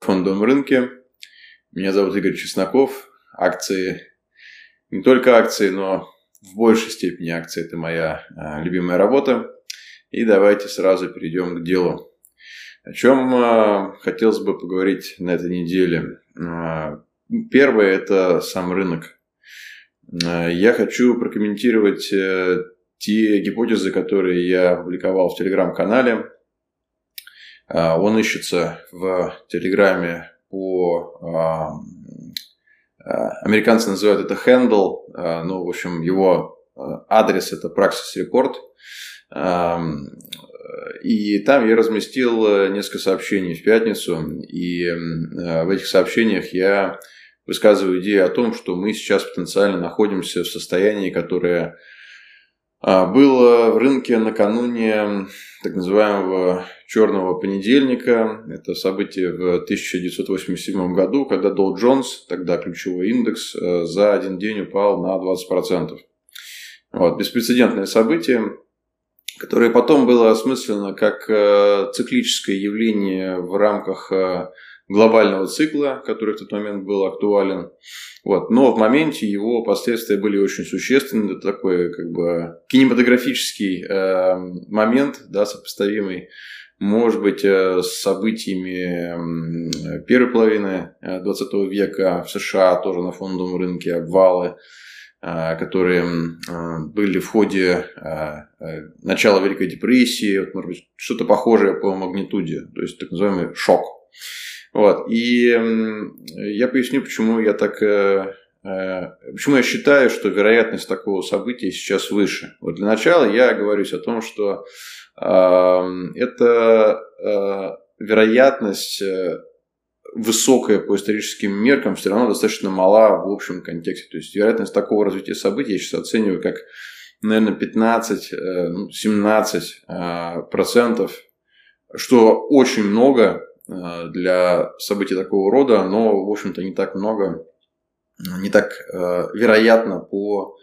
фондовом рынке. Меня зовут Игорь Чесноков. Акции, не только акции, но в большей степени акции – это моя любимая работа. И давайте сразу перейдем к делу. О чем хотелось бы поговорить на этой неделе. Первое – это сам рынок. Я хочу прокомментировать те гипотезы, которые я опубликовал в Телеграм-канале. Он ищется в Телеграме по... Американцы называют это handle, но, в общем, его адрес – это Praxis Report. И там я разместил несколько сообщений в пятницу, и в этих сообщениях я высказываю идею о том, что мы сейчас потенциально находимся в состоянии, которое было в рынке накануне так называемого черного понедельника. Это событие в 1987 году, когда Dow Jones, тогда ключевой индекс, за один день упал на 20%. Вот, беспрецедентное событие, которое потом было осмыслено как циклическое явление в рамках глобального цикла, который в тот момент был актуален. Вот. Но в моменте его последствия были очень существенны. Это такой как бы кинематографический момент, да, сопоставимый, может быть, с событиями первой половины 20 века в США, тоже на фондовом рынке, обвалы, которые были в ходе начала Великой депрессии, вот, может быть, что-то похожее по магнитуде, то есть так называемый шок. Вот. И я поясню, почему я считаю, что вероятность такого события сейчас выше. Вот для начала я оговорюсь о том, что эта вероятность высокая по историческим меркам все равно достаточно мала в общем контексте. То есть вероятность такого развития событий я сейчас оцениваю как, наверное, 15-17%, что очень много для событий такого рода, но, в общем-то, не так много, не так вероятно по,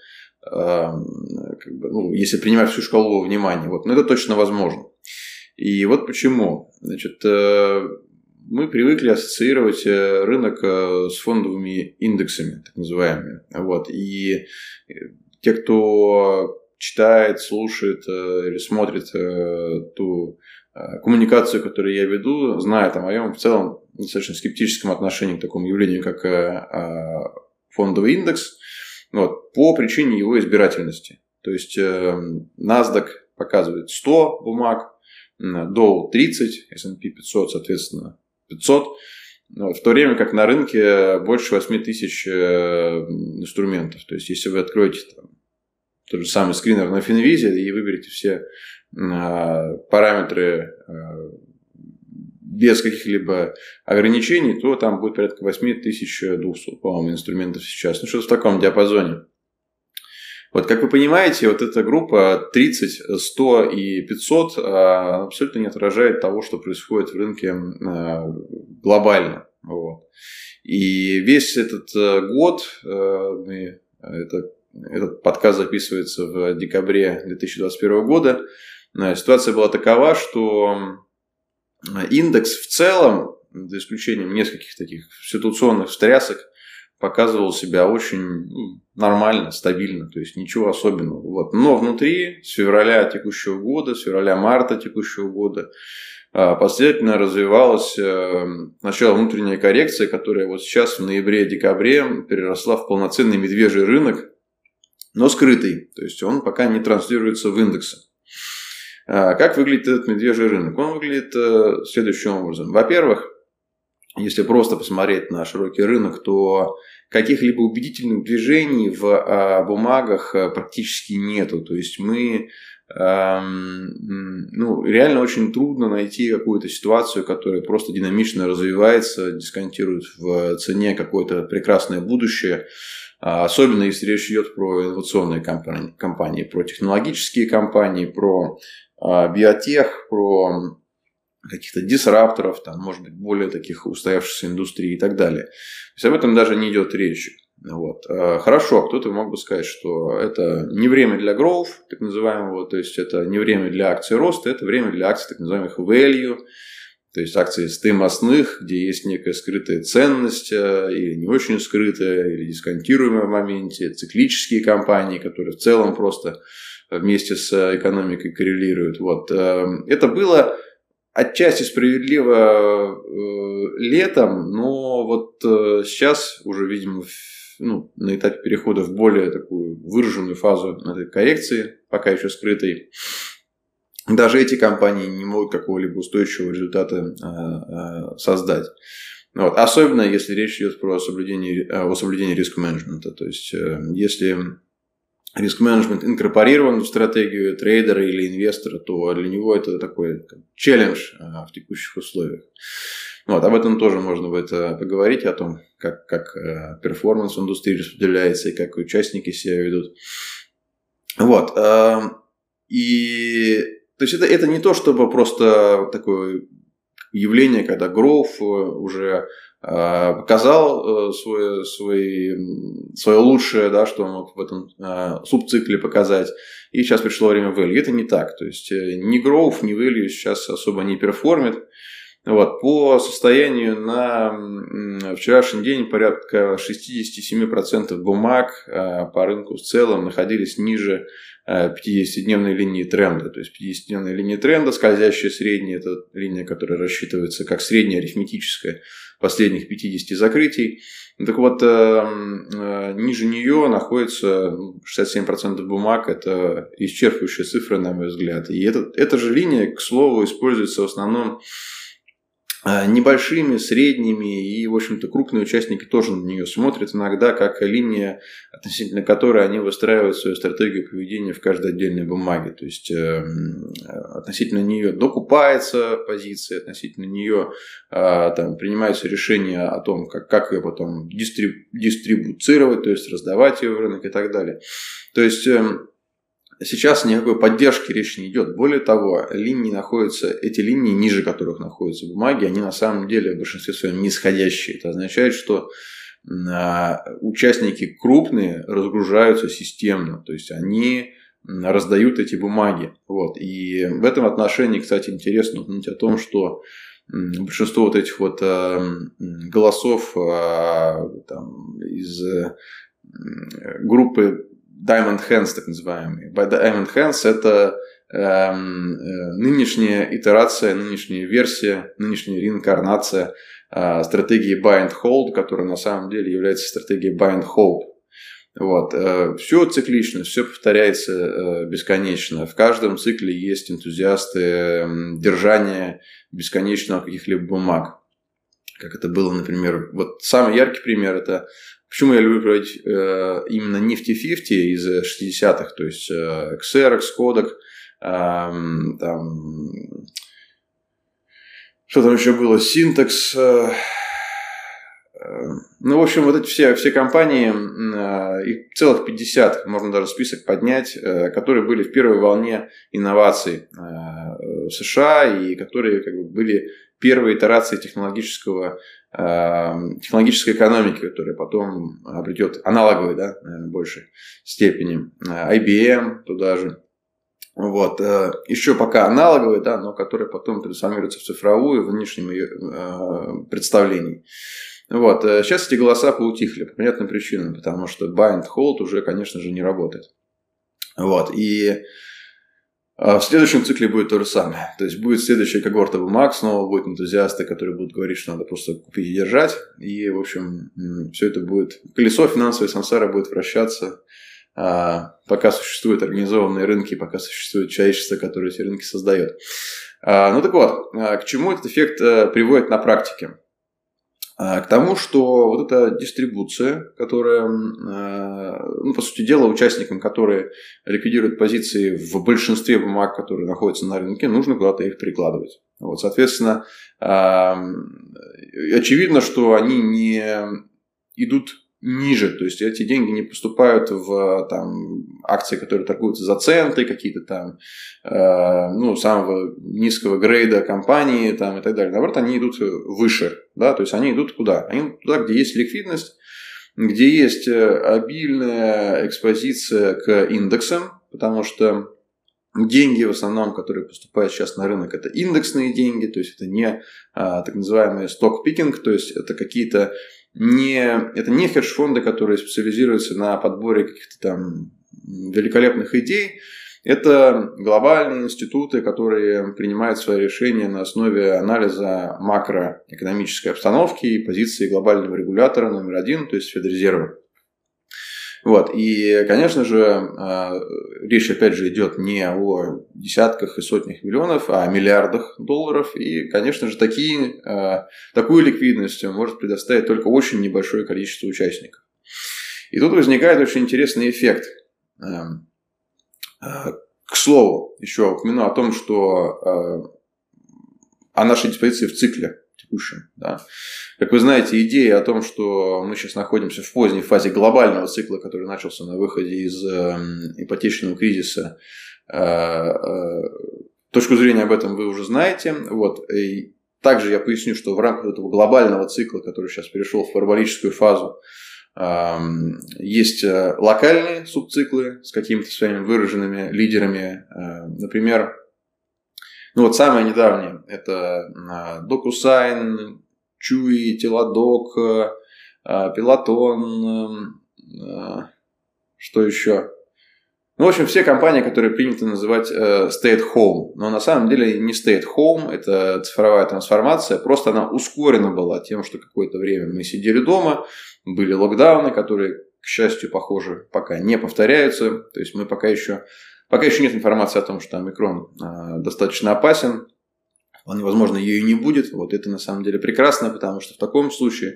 если принимать всю шкалу во внимание. Вот. Но это точно возможно. И вот почему. Значит, мы привыкли ассоциировать рынок с фондовыми индексами, так называемыми. Вот. И те, кто читает, слушает или смотрит ту коммуникацию, которую я веду, знает о моем в целом достаточно скептическом отношении к такому явлению, как фондовый индекс, вот, по причине его избирательности. То есть NASDAQ показывает 100 бумаг, Dow 30, S&P 500, соответственно, 500, в то время как на рынке больше 8 тысяч инструментов. То есть, если вы откроете тот же самый скринер на Finvize и выберете все параметры без каких-либо ограничений, то там будет порядка 8200, по-моему, инструментов сейчас. Ну, что-то в таком диапазоне. Вот, как вы понимаете, вот эта группа 30, 100 и 500 абсолютно не отражает того, что происходит в рынке глобально. Вот. И весь этот год, этот подкаст записывается в декабре 2021 года, ситуация была такова, что индекс в целом, за исключением нескольких таких ситуационных встрясок, показывал себя очень нормально, стабильно, то есть ничего особенного. Вот. Но внутри с февраля текущего года, с февраля-марта текущего года последовательно развивалась сначала внутренняя коррекция, которая вот сейчас в ноябре-декабре переросла в полноценный медвежий рынок, но скрытый, то есть он пока не транслируется в индексы. Как выглядит этот медвежий рынок? Он выглядит следующим образом. Во-первых, если просто посмотреть на широкий рынок, то каких-либо убедительных движений в бумагах практически нету. То есть мы реально очень трудно найти какую-то ситуацию, которая просто динамично развивается, дисконтирует в цене какое-то прекрасное будущее. Особенно если речь идет про инновационные компании, про технологические компании, про биотех, про каких-то дисрапторов, там, может быть, более таких устоявшихся индустрий и так далее. То есть об этом даже не идет речи. Вот. Хорошо, кто-то мог бы сказать, что это не время для growth, так называемого, то есть это не время для акций роста, это время для акций так называемых value, То есть акции стоимостных, где есть некая скрытая ценность, или не очень скрытая, или дисконтируемая в моменте, циклические компании, которые в целом просто вместе с экономикой коррелируют. Вот. Это было отчасти справедливо летом, но вот сейчас уже, видимо, на этапе перехода в более такую выраженную фазу этой коррекции, пока еще скрытой, даже эти компании не могут какого-либо устойчивого результата создать. Вот. Особенно, если речь идет о соблюдении риск-менеджмента. То есть, если риск-менеджмент инкорпорирован в стратегию трейдера или инвестора, то для него это такой челлендж в текущих условиях. Вот, об этом тоже можно будет поговорить, о том, как перформанс в индустрии распределяется и как участники себя ведут. Вот. И то есть это не то, чтобы просто такое явление, когда Growth уже показал свое лучшее, да, что он мог в этом субцикле показать, и сейчас пришло время Value. Это не так. То есть ни Growth, ни Value сейчас особо не перформит. Вот. По состоянию на вчерашний день порядка 67% бумаг по рынку в целом находились ниже 50-дневной линии тренда. То есть 50-дневная линия тренда, скользящая средняя, это линия, которая рассчитывается как средняя арифметическая последних 50 закрытий. Так вот, ниже нее находится 67% бумаг. Это исчерпывающая цифра, на мой взгляд. И эта же линия, к слову, используется в основном небольшими, средними и, в общем-то, крупные участники тоже на нее смотрят иногда как линия, относительно которой они выстраивают свою стратегию поведения в каждой отдельной бумаге. То есть, относительно нее докупается позиция, относительно нее принимаются решения о том, как ее потом дистрибуцировать, то есть раздавать ее в рынок и так далее. То есть, сейчас никакой поддержки речи не идет. Более того, эти линии, ниже которых находятся бумаги, они на самом деле в большинстве своем нисходящие. Это означает, что участники крупные разгружаются системно. То есть, они раздают эти бумаги. Вот. И в этом отношении, кстати, интересно упомянуть о том, что большинство вот этих вот голосов из группы Diamond Hands, так называемые. Diamond Hands – это нынешняя итерация, нынешняя версия, нынешняя реинкарнация стратегии Buy and Hold, которая на самом деле является стратегией Buy and Hold. Вот. Все циклично, все повторяется бесконечно. В каждом цикле есть энтузиасты держания бесконечного каких-либо бумаг. Как это было, например, вот самый яркий пример – это почему я люблю проводить именно Nifty 50 из 60-х, то есть XRX, Kodak, что там еще было, Syntax. В общем, вот эти все компании, их целых 50, можно даже список поднять, которые были в первой волне инноваций в США и которые были первой итерацией технологической экономики, которая потом обретет аналоговой, да, наверное, большей степени. IBM туда же. Вот. Еще пока аналоговые, да, но которые потом трансформируются в цифровую в нынешнем ее представлении. Вот. Сейчас эти голоса поутихли по понятным причинам, потому что buy and hold уже, конечно же, не работает. Вот. И в следующем цикле будет то же самое. То есть будет следующая когорта бумаг, снова будут энтузиасты, которые будут говорить, что надо просто купить и держать. И, в общем, все это будет... Колесо финансовой сансары будет вращаться, пока существуют организованные рынки, пока существует человечество, которое эти рынки создает. Так вот, к чему этот эффект приводит на практике? К тому, что вот эта дистрибуция, которая, по сути дела, участникам, которые ликвидируют позиции в большинстве бумаг, которые находятся на рынке, нужно куда-то их перекладывать. Вот, соответственно, очевидно, что они не идут ниже, то есть эти деньги не поступают в акции, которые торгуются за центы, какие-то самого низкого грейда компании и так далее. Наоборот, они идут выше, да, то есть они идут куда? Они идут туда, где есть ликвидность, где есть обильная экспозиция к индексам, потому что деньги в основном, которые поступают сейчас на рынок, это индексные деньги, то есть это не так называемый stock-picking, то есть это какие-то это не хедж-фонды, которые специализируются на подборе каких-то там великолепных идей. Это глобальные институты, которые принимают свои решения на основе анализа макроэкономической обстановки и позиции глобального регулятора номер один, то есть Федрезерва. Вот. И, конечно же, речь опять же идет не о десятках и сотнях миллионов, а о миллиардах долларов. И, конечно же, такую ликвидность может предоставить только очень небольшое количество участников. И тут возникает очень интересный эффект. К слову, еще упомяну о том, что о нашей диспозиции в цикле текущем. Да. Как вы знаете, идея о том, что мы сейчас находимся в поздней фазе глобального цикла, который начался на выходе из ипотечного кризиса, точку зрения об этом вы уже знаете. Вот. И также я поясню, что в рамках этого глобального цикла, который сейчас перешел в параболическую фазу, есть локальные субциклы с какими-то своими выраженными лидерами. Например, самое недавнее – это DocuSign, Chewy, Teladoc, Peloton, что еще? В общем, все компании, которые принято называть stay at home. Но на самом деле не stay at home, это цифровая трансформация. Просто она ускорена была тем, что какое-то время мы сидели дома, были локдауны, которые, к счастью, похоже, пока не повторяются. То есть мы пока еще нет информации о том, что омикрон достаточно опасен. Вполне возможно, ее и не будет. Вот это на самом деле прекрасно, потому что в таком случае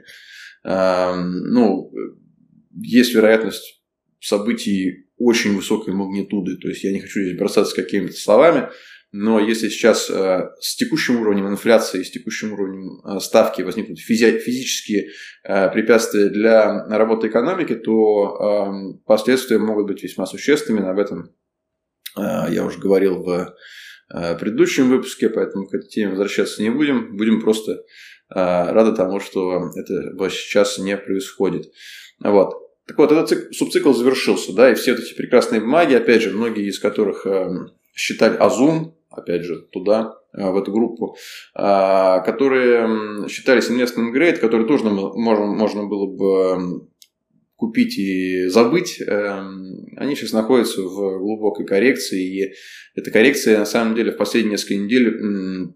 есть вероятность событий очень высокой магнитуды. То есть я не хочу здесь бросаться какими-то словами, но если сейчас с текущим уровнем инфляции, с текущим уровнем ставки возникнут физические препятствия для работы экономики, то последствия могут быть весьма существенными. Об этом я уже говорил в предыдущем выпуске, поэтому к этой теме возвращаться не будем. Будем просто рады тому, что это сейчас не происходит. Вот. Так вот, этот субцикл завершился, да, и все вот эти прекрасные бумаги, опять же, многие из которых считали Азум, опять же, туда, в эту группу, которые считались investment grade, которые тоже можно было бы купить и забыть, они сейчас находятся в глубокой коррекции, и эта коррекция, на самом деле, в последние несколько недель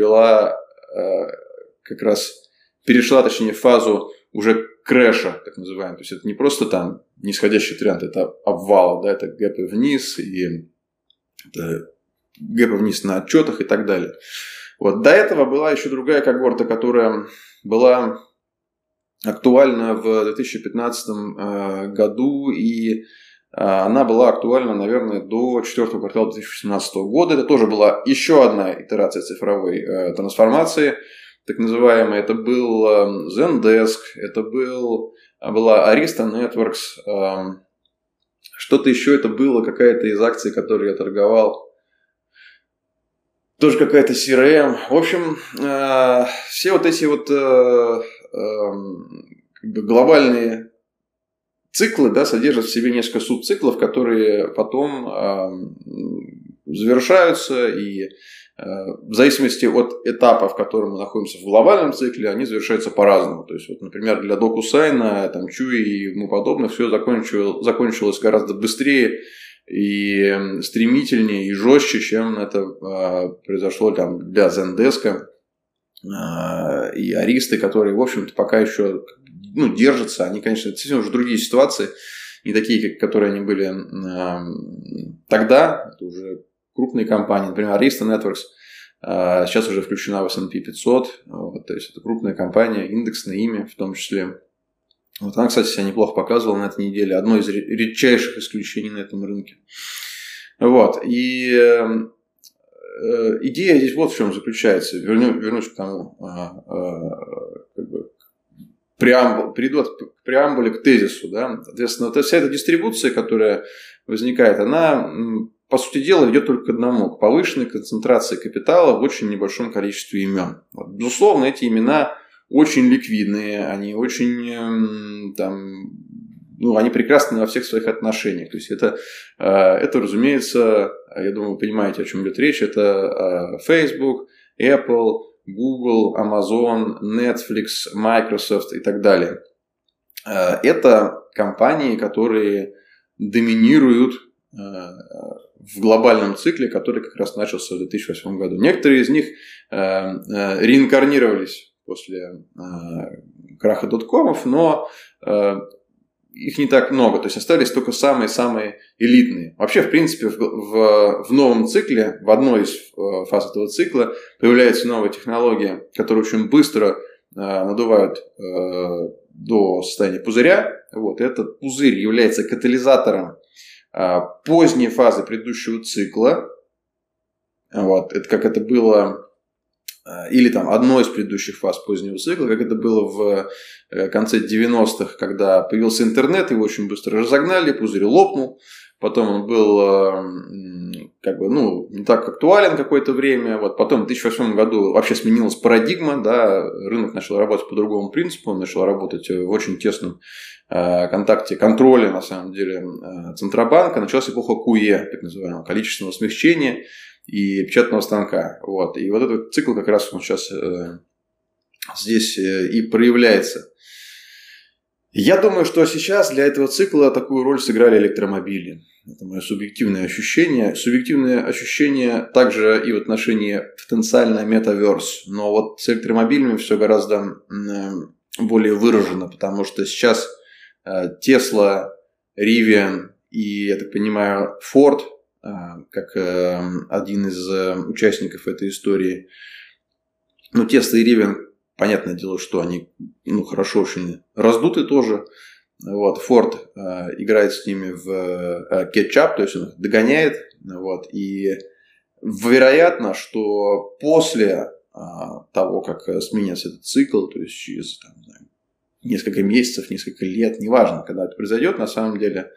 перешла, точнее, в фазу уже крэша, так называемый. То есть это не просто там нисходящий тренд, это обвал, да, это гэпы вниз, и это гэпы вниз на отчетах и так далее. Вот. До этого была еще другая когорта, которая была актуальна в 2015 году, и она была актуальна, наверное, до 4 квартала 2018 года. Это тоже была еще одна итерация цифровой трансформации, так называемая. Это был Zendesk, это была Arista Networks, что-то еще это было, какая-то из акций, которые я торговал. Тоже какая-то CRM. В общем, все вот эти вот глобальные циклы, да, содержат в себе несколько субциклов, которые потом завершаются, и в зависимости от этапа, в котором мы находимся в глобальном цикле, они завершаются по-разному. То есть, вот, например, для DocuSign, там, Chewy и тому подобное все закончилось гораздо быстрее и стремительнее и жестче, чем это произошло там, для Zendesk и Аристы, которые, в общем-то, пока еще держатся. Они, конечно, это совсем уже другие ситуации, не такие, которые они были тогда. Это уже крупные компании. Например, Arista Networks сейчас уже включена в S&P 500. Вот, то есть это крупная компания, индексное имя в том числе. Вот она, кстати, себя неплохо показывала на этой неделе. Одно из редчайших исключений на этом рынке. Вот. И идея здесь вот в чем заключается. Вернусь к тому, перейду к преамбуле, к тезису. Да? Соответственно, вот вся эта дистрибуция, которая возникает, она, по сути дела, ведет только к одному, к повышенной концентрации капитала в очень небольшом количестве имен. Вот. Безусловно, эти имена очень ликвидные, они очень они прекрасны во всех своих отношениях. То есть это, разумеется, я думаю, вы понимаете, о чем идет речь. Это Facebook, Apple, Google, Amazon, Netflix, Microsoft и так далее. Это компании, которые доминируют в глобальном цикле, который как раз начался в 2008 году. Некоторые из них реинкарнировались после краха доткомов, но их не так много. То есть остались только самые-самые элитные. Вообще, в принципе, в новом цикле, в одной из фаз этого цикла появляется новая технология, которая очень быстро надувают до состояния пузыря. Вот. Этот пузырь является катализатором поздней фазы предыдущего цикла. Вот. Это как это было, или там одной из предыдущих фаз позднего цикла, как это было в конце 90-х, когда появился интернет, его очень быстро разогнали, пузырь лопнул. Потом он был не так актуален какое-то время. Вот. Потом в 2008 году вообще сменилась парадигма, да, рынок начал работать по другому принципу, он начал работать в очень тесном контакте, контроле, на самом деле, Центробанка. Началась эпоха КУЕ, так называемого, количественного смягчения и печатного станка. Вот. И вот этот цикл как раз он сейчас здесь и проявляется. Я думаю, что сейчас для этого цикла такую роль сыграли электромобили. Это мое субъективное ощущение. Субъективное ощущение также и в отношении потенциально метаверс. Но вот с электромобилями все гораздо более выражено, потому что сейчас Tesla, Rivian и, я так понимаю, Ford, как один из участников этой истории. Ну, Tesla и Rivian, понятное дело, что они хорошо очень раздуты тоже. Вот, Ford играет с ними в кетчап, то есть он их догоняет. Вот, и вероятно, что после того, как сменится этот цикл, то есть через несколько месяцев, несколько лет, неважно, когда это произойдет на самом деле,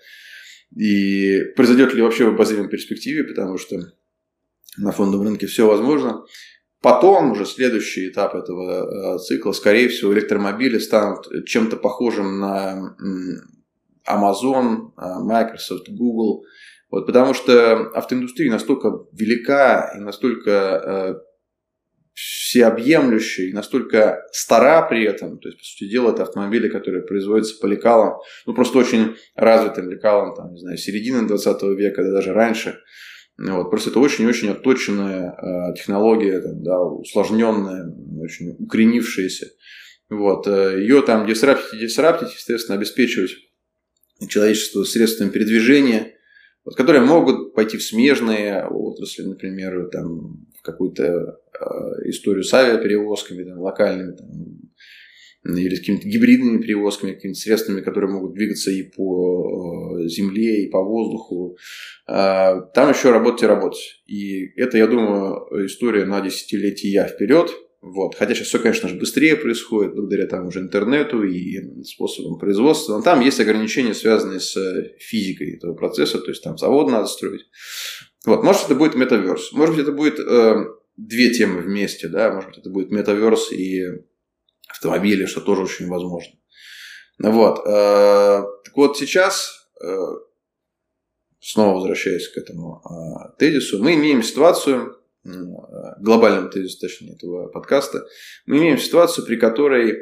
и произойдет ли вообще в обозримой перспективе, потому что на фондовом рынке все возможно. Потом, уже следующий этап этого цикла, скорее всего, электромобили станут чем-то похожим на Amazon, Microsoft, Google. Вот, потому что автоиндустрия настолько велика и настолько всеобъемлющая, и настолько стара при этом. То есть, по сути дела, это автомобили, которые производятся по лекалам, просто очень развитым лекалам, середины 20 века, да даже раньше. Вот, просто это очень-очень отточенная технология, усложненная, очень укоренившаяся. Вот, ее дисраптить, естественно, обеспечивать человечеству средствами передвижения, вот, которые могут пойти в смежные отрасли, например, в какую-то историю с авиаперевозками, локальными, или с какими-то гибридными перевозками, какими-то средствами, которые могут двигаться и по земле, и по воздуху. Там еще работать. И это, я думаю, история на десятилетия вперед. Вот. Хотя сейчас все, конечно же, быстрее происходит, благодаря уже интернету и способам производства. Но там есть ограничения, связанные с физикой этого процесса. То есть там завод надо строить. Вот. Может, это будет метаверс. Может быть, это будет две темы вместе. Да? Может быть, это будет метаверс и автомобили, что тоже очень возможно. Вот. Так вот, сейчас, снова возвращаясь к этому тезису, мы имеем ситуацию, глобальному тезису, точнее, этого подкаста, мы имеем ситуацию, при которой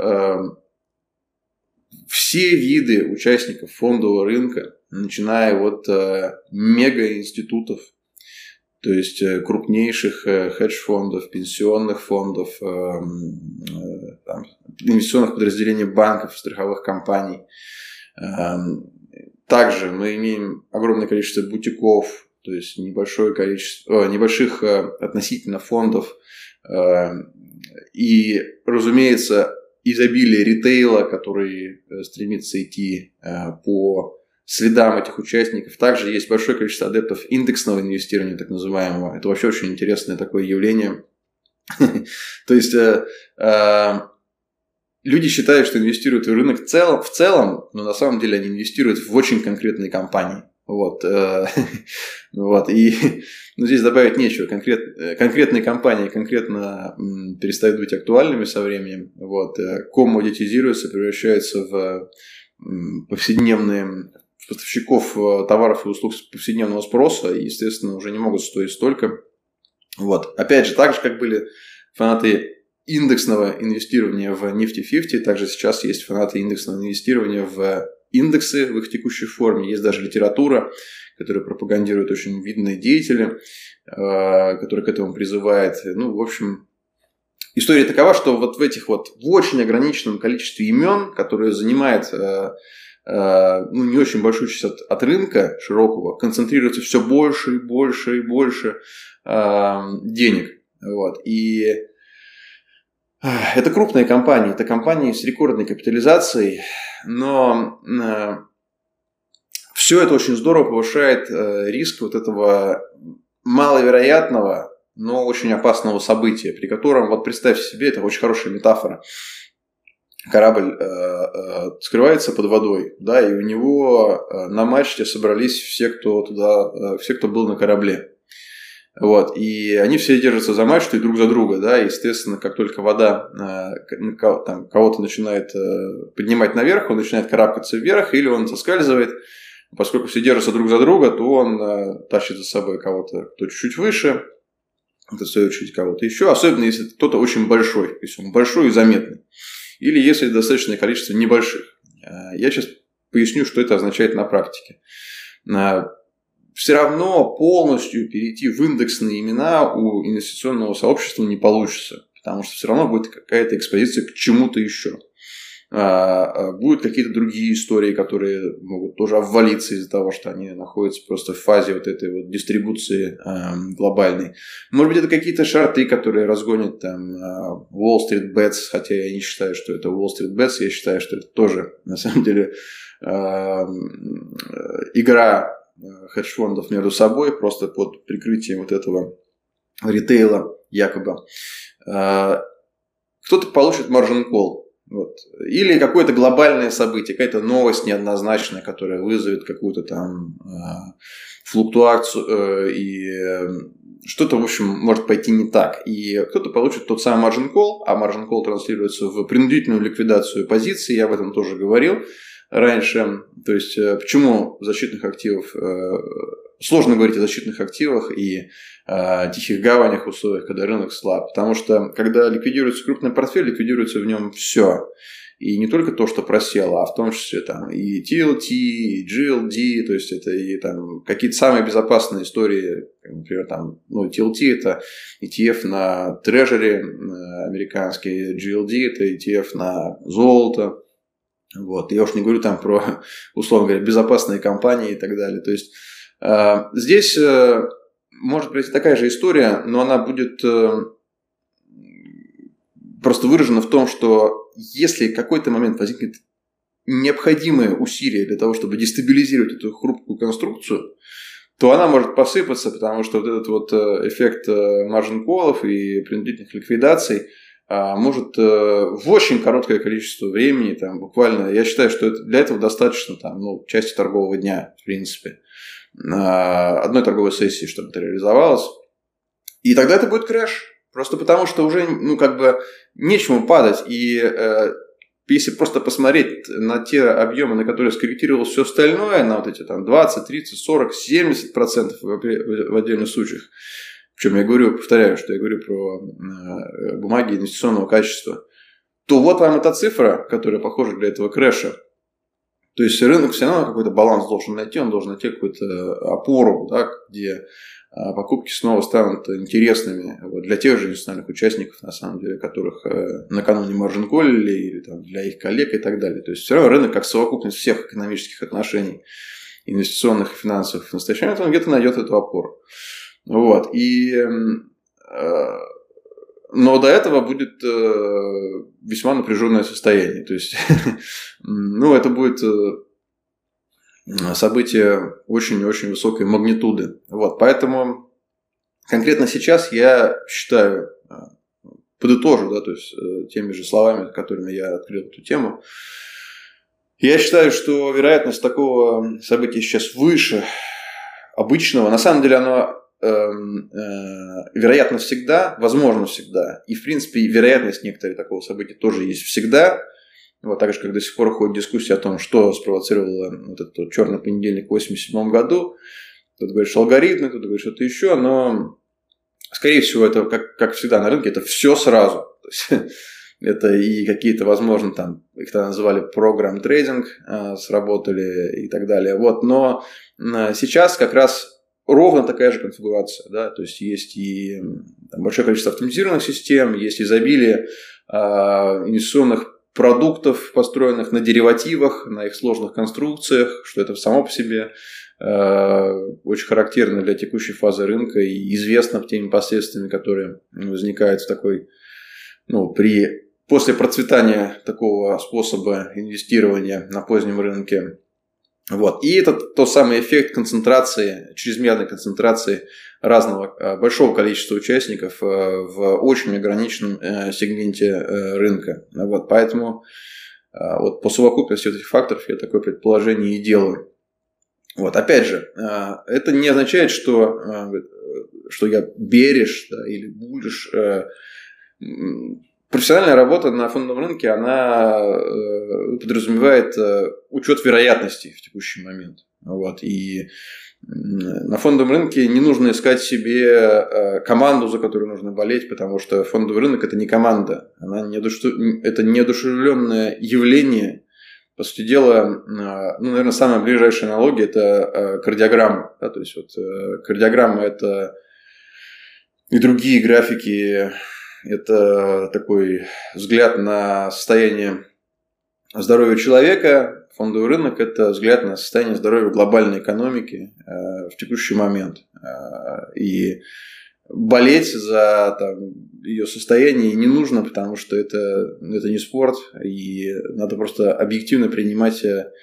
все виды участников фондового рынка, начиная от мегаинститутов, то есть крупнейших хедж-фондов, пенсионных фондов, инвестиционных подразделений банков, страховых компаний. Также мы имеем огромное количество бутиков, то есть небольших относительно фондов. И, разумеется, изобилие ритейла, который стремится идти по следам этих участников. Также есть большое количество адептов индексного инвестирования, так называемого. Это вообще очень интересное такое явление. То есть люди считают, что инвестируют в рынок в целом, но на самом деле они инвестируют в очень конкретные компании. Вот. И здесь добавить нечего. Конкретные компании конкретно перестают быть актуальными со временем. Вот. Коммодитизируются, превращаются в повседневные поставщиков товаров и услуг повседневного спроса, и, естественно, уже не могут стоить столько. Вот. Опять же, так же, как были фанаты индексного инвестирования в Nifty 50, также сейчас есть фанаты индексного инвестирования в индексы в их текущей форме. Есть даже литература, которую пропагандируют очень видные деятели, которые к этому призывают. Ну, в общем, история такова, что вот в этих вот в очень ограниченном количестве имен, которые занимают не очень большую часть от рынка широкого, концентрируется все больше и больше и больше денег. Вот. И это крупные компании, это компании с рекордной капитализацией, но все это очень здорово повышает риск вот этого маловероятного, но очень опасного события, при котором, вот представьте себе, это очень хорошая метафора, корабль скрывается под водой, да, и у него на мачте собрались все, кто был на корабле. Вот, и они все держатся за мачту и друг за друга, да, и, естественно, как только вода там, кого-то начинает поднимать наверх, он начинает карабкаться вверх, или он соскальзывает, поскольку все держатся друг за друга, то он тащит за собой кого-то, кто чуть-чуть выше, кто стоит чуть кого-то еще, особенно если кто-то очень большой, если он большой и заметный, или если достаточное количество небольших. Я сейчас поясню, что это означает на практике. Все равно полностью перейти в индексные имена у инвестиционного сообщества не получится, потому что все равно будет какая-то экспозиция к чему-то еще. Будут какие-то другие истории, которые могут тоже обвалиться из-за того, что они находятся просто в фазе вот этой вот дистрибуции глобальной. Может быть, это какие-то шорты, которые разгонят там Wall Street Bets, хотя я не считаю, что это Wall Street Bets, я считаю, что это тоже на самом деле игра хедж-фондов между собой, просто под прикрытием вот этого ритейла якобы. Кто-то получит margin call. Вот. Или какое-то глобальное событие, какая-то новость неоднозначная, которая вызовет какую-то там флуктуацию, и что-то, в общем, может пойти не так. И кто-то получит тот самый margin call, а margin call транслируется в принудительную ликвидацию позиций, я об этом тоже говорил раньше. То есть, почему защитных активов, сложно говорить о защитных активах и тихих гаванях в условиях, когда рынок слаб. Потому что, когда ликвидируется крупный портфель, ликвидируется в нем все. И не только то, что просело, а в том числе там, и TLT, и GLD, то есть это и там, какие-то самые безопасные истории, например, там, TLT это ETF на Treasury американский, GLD это ETF на золото. Вот. Я уж не говорю там про, условно говоря, безопасные компании и так далее. То есть здесь может быть такая же история, но она будет просто выражена в том, что если в какой-то момент возникнет необходимое усилие для того, чтобы дестабилизировать эту хрупкую конструкцию, то она может посыпаться, потому что вот этот вот эффект margin call'ов и принудительных ликвидаций может в очень короткое количество времени, там, буквально, я считаю, что для этого достаточно там, части торгового дня, в принципе, одной торговой сессии, чтобы это реализовалось. И тогда это будет крэш. Просто потому, что уже нечему падать. И если просто посмотреть на те объемы, на которые скорректировалось все остальное, на вот эти там 20, 30, 40, 70% в отдельных случаях, причем я говорю, повторяю, что я говорю про бумаги инвестиционного качества, то вот вам эта цифра, которая похожа для этого крэша. То есть рынок все равно какой-то баланс должен найти, он должен найти какую-то опору, да, где покупки снова станут интересными для тех же инвестиционных участников, на самом деле, которых накануне маржин-коллили, или там, для их коллег и так далее. То есть все равно рынок как совокупность всех экономических отношений, инвестиционных и финансовых, в настоящий момент он где-то найдет эту опору. Вот. Но до этого будет весьма напряженное состояние. То есть, это будет событие очень-очень высокой магнитуды. Вот. Поэтому конкретно сейчас я считаю, подытожу, да, то есть теми же словами, которыми я открыл эту тему, я считаю, что вероятность такого события сейчас выше обычного. На самом деле оно вероятно всегда, возможно всегда. И, в принципе, вероятность некоторых такого события тоже есть всегда. Вот, так же, как до сих пор ходит дискуссия о том, что спровоцировало вот этот вот черный понедельник в 1987 году. Кто-то говорит, что алгоритмы, кто-то говорит, что-то еще, но, скорее всего, это, как всегда на рынке, это все сразу. То есть, это и какие-то, возможно, там, их тогда называли программ трейдинг, сработали и так далее. Вот, но сейчас как раз ровно такая же конфигурация, да, то есть есть и там, большое количество автоматизированных систем, есть изобилие инвестиционных продуктов, построенных на деривативах, на их сложных конструкциях, что это само по себе очень характерно для текущей фазы рынка и известно теми последствиями, которые возникают в такой, после процветания такого способа инвестирования на позднем рынке. Вот. И это тот самый эффект концентрации, чрезмерной концентрации большого количества участников в очень ограниченном сегменте рынка. Вот. Поэтому вот по совокупности вот этих факторов я такое предположение и делаю. Вот. Опять же, это не означает, что я берешь, да, или будешь. Профессиональная работа на фондовом рынке, она подразумевает учет вероятностей в текущий момент. Вот. И на фондовом рынке не нужно искать себе команду, за которую нужно болеть, потому что фондовый рынок – это не команда, это неодушевленное явление. По сути дела, наверное, самая ближайшая аналогия – это кардиограмма. Да? То есть, вот, кардиограмма – это и другие графики. Это такой взгляд на состояние здоровья человека. Фондовый рынок – это взгляд на состояние здоровья глобальной экономики в текущий момент. И болеть за ее состояние не нужно, потому что это не спорт, и надо просто объективно принимать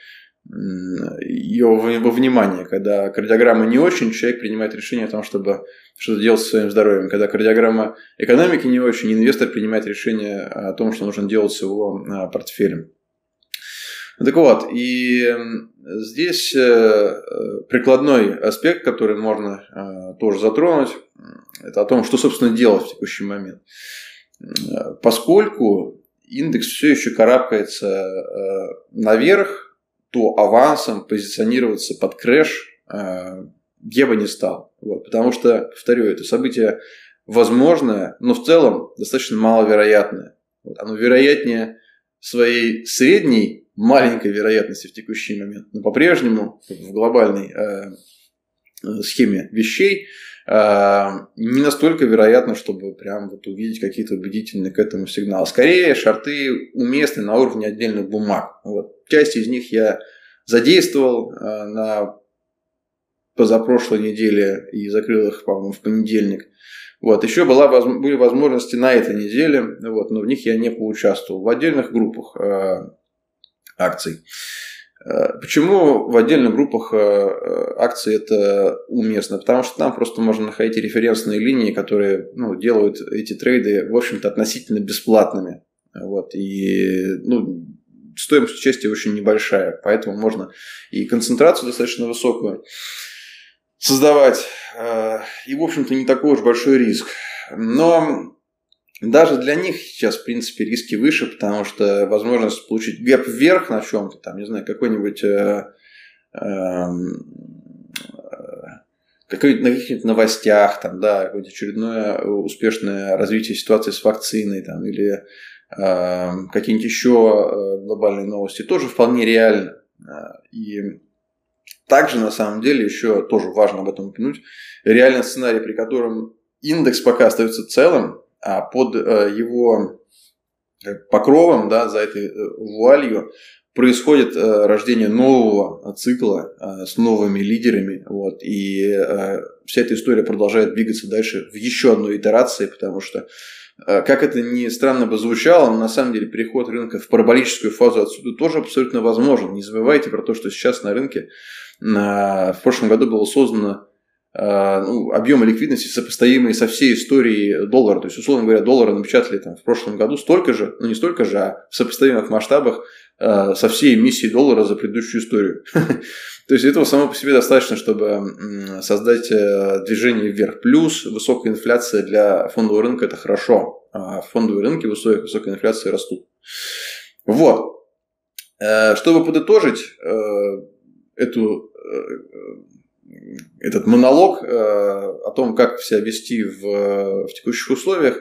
ее во внимание. Когда кардиограмма не очень, человек принимает решение о том, чтобы что-то делать со своим здоровьем. Когда кардиограмма экономики не очень, инвестор принимает решение о том, что нужно делать с его портфелем. Так вот, и здесь прикладной аспект, который можно тоже затронуть, это о том, что, собственно, делать в текущий момент. Поскольку индекс все еще карабкается наверх, то авансом позиционироваться под крэш я бы не стал. Вот, потому что, повторю, это событие возможное, но в целом достаточно маловероятное. Вот, оно вероятнее своей средней маленькой вероятности в текущий момент, но по-прежнему в глобальной схеме вещей не настолько вероятно, чтобы прям вот увидеть какие-то убедительные к этому сигналы. Скорее, шорты уместны на уровне отдельных бумаг. Вот. Часть из них я задействовал на позапрошлой неделе и закрыл их, по-моему, в понедельник. Вот. Еще были возможности на этой неделе, вот, но в них я не поучаствовал. В отдельных группах акций. Почему в отдельных группах акций это уместно? Потому что там просто можно находить референсные линии, которые делают эти трейды, в общем-то, относительно бесплатными. Вот. И стоимость участия очень небольшая, поэтому можно и концентрацию достаточно высокую создавать, и, в общем-то, не такой уж большой риск. Но даже для них сейчас, в принципе, риски выше, потому что возможность получить гэп вверх на чем-то, там, не знаю, какой-нибудь на каких-нибудь новостях, там, да, какое-то очередное успешное развитие ситуации с вакциной, там, или какие-нибудь еще глобальные новости, тоже вполне реально. И также, на самом деле, еще тоже важно об этом упомянуть, реальный сценарий, при котором индекс пока остается целым, а под его покровом, да, за этой вуалью происходит рождение нового цикла с новыми лидерами. Вот, и вся эта история продолжает двигаться дальше в еще одной итерации, потому что, как это ни странно бы звучало, но на самом деле переход рынка в параболическую фазу отсюда тоже абсолютно возможен. Не забывайте про то, что сейчас на рынке в прошлом году было создано объемы ликвидности, сопоставимые со всей историей доллара. То есть, условно говоря, доллара напечатали в прошлом году столько же, не столько же, а в сопоставимых масштабах со всей эмиссией доллара за предыдущую историю. То есть, этого само по себе достаточно, чтобы создать движение вверх. Плюс высокая инфляция для фондового рынка – это хорошо. А фондовые рынки высокой инфляции растут. Вот. Чтобы подытожить этот монолог о том, как себя вести в текущих условиях,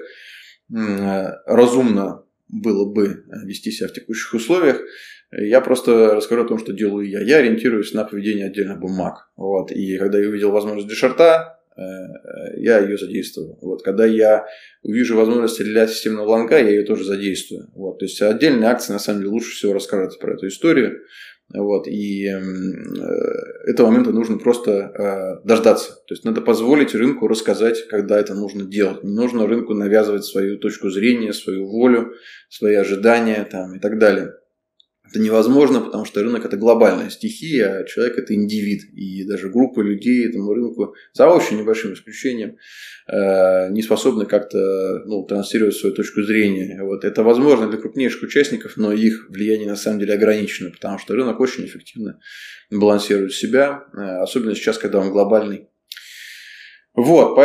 разумно было бы вести себя в текущих условиях, я просто расскажу о том, что делаю я. Я ориентируюсь на поведение отдельных бумаг. Вот. И когда я увидел возможность для шорта, я ее задействую. Вот. Когда я увижу возможности для системного лонга, я ее тоже задействую. Вот. То есть отдельные акции на самом деле лучше всего расскажут про эту историю. Вот. И этого момента нужно просто дождаться. То есть надо позволить рынку рассказать, когда это нужно делать. Не нужно рынку навязывать свою точку зрения, свою волю, свои ожидания и так далее. Это невозможно, потому что рынок – это глобальная стихия, а человек – это индивид. И даже группа людей этому рынку, за очень небольшим исключением, не способны как-то транслировать свою точку зрения. Вот. Это возможно для крупнейших участников, но их влияние на самом деле ограничено, потому что рынок очень эффективно балансирует себя, особенно сейчас, когда он глобальный. Вот,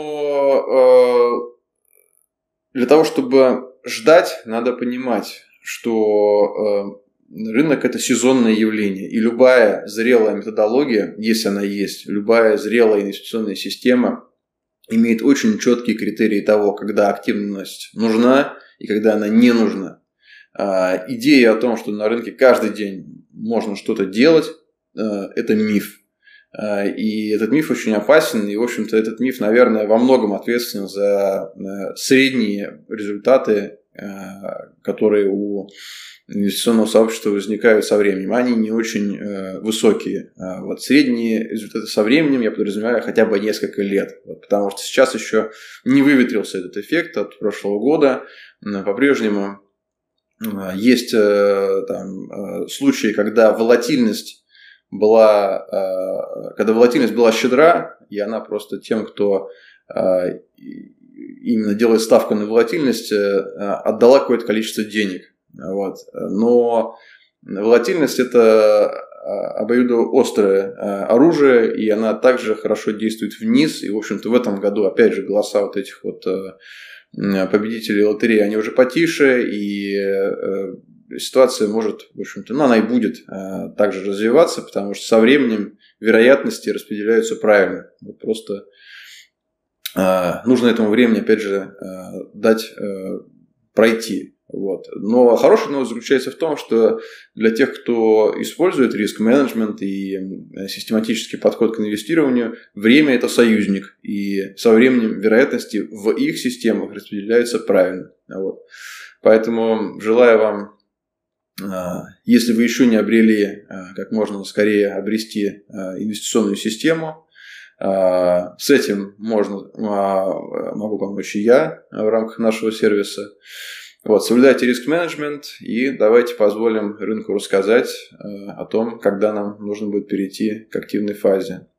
поэтому для того, чтобы ждать, надо понимать, что рынок – это сезонное явление, и любая зрелая методология, если она есть, любая зрелая инвестиционная система имеет очень четкие критерии того, когда активность нужна и когда она не нужна. Идея о том, что на рынке каждый день можно что-то делать, это миф. И этот миф очень опасен, и, в общем-то, этот миф, наверное, во многом ответственен за средние результаты, которые у инвестиционного сообщества возникают со временем. Они не очень высокие. Вот средние результаты со временем я подразумеваю хотя бы несколько лет. Вот, потому что сейчас еще не выветрился этот эффект от прошлого года. По-прежнему есть случаи, когда волатильность была щедра, и она просто тем, кто именно делает ставку на волатильность, отдала какое-то количество денег. Вот. Но волатильность – это обоюдоострое оружие, и она также хорошо действует вниз. И, в общем-то, в этом году, опять же, голоса вот этих вот победителей лотереи, они уже потише, и ситуация может, в общем-то, она и будет также развиваться, потому что со временем вероятности распределяются правильно. Вот просто нужно этому времени, опять же, дать пройти. Вот. Но хорошая новость заключается в том, что для тех, кто использует риск-менеджмент и систематический подход к инвестированию, время – это союзник. И со временем вероятности в их системах распределяются правильно. Вот. Поэтому желаю вам, если вы еще не обрели, как можно скорее обрести инвестиционную систему. С этим могу помочь и я в рамках нашего сервиса. Вот, соблюдайте риск-менеджмент и давайте позволим рынку рассказать о том, когда нам нужно будет перейти к активной фазе.